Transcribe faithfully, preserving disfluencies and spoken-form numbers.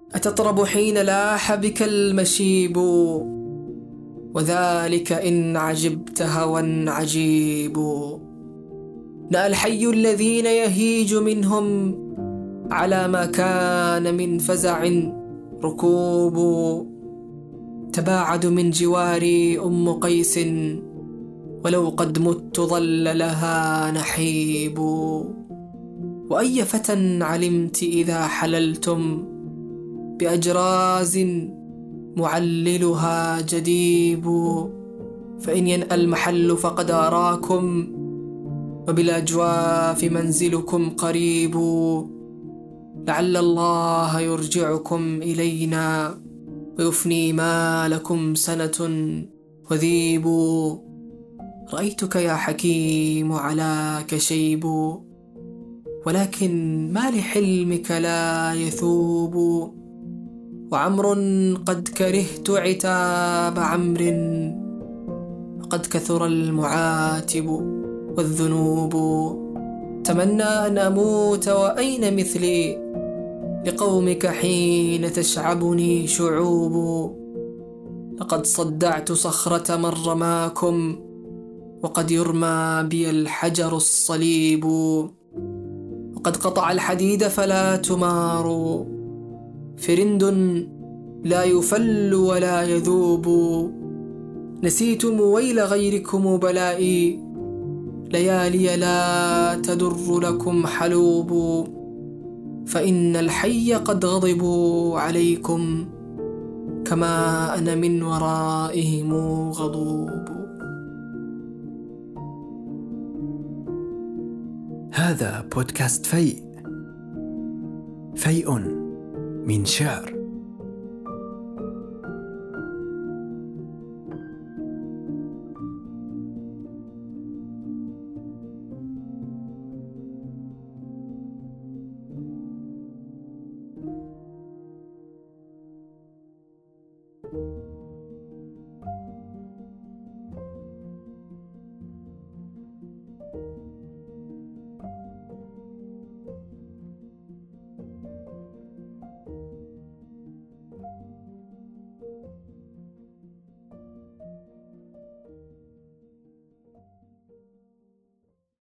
أتطرب حين لاح بك المشيب، وذلك إن عجبت هوى عجيب. نأى الحي الذين يهيج منهم على ما كان من فزع ركوب. تباعد من جواري أم قيس، ولو قد مت ظل لها نحيب. وأي فتى علمت إذا حللتم بأجراز معللها جديب. فإن ينأى المحل فقد أراكم، وبالأجواف منزلكم قريب. لعل الله يرجعكم إلينا، ويفني ما لكم سنة وذيب. رأيتك يا حكيم علاك شيب، ولكن ما لحلمك لا يثوب. وعمر قد كرهت عتاب عمر، وقد كثر المعاتب والذنوب. تمنى أن أموت وأين مثلي لقومك حين تشعبني شعوب. لقد صدعت صخرة من رماكم، وقد يرمى بي الحجر الصليب. وقد قطع الحديد فلا تمار، فرند لا يفل ولا يذوب. نسيتم ويل غيركم بلائي، ليالي لا تدر لكم حلوب. فإن الحي قد غضبوا عليكم، كما أنا من ورائهم غضوب. هذا بودكاست فيء، فيء من شعر. Thank you.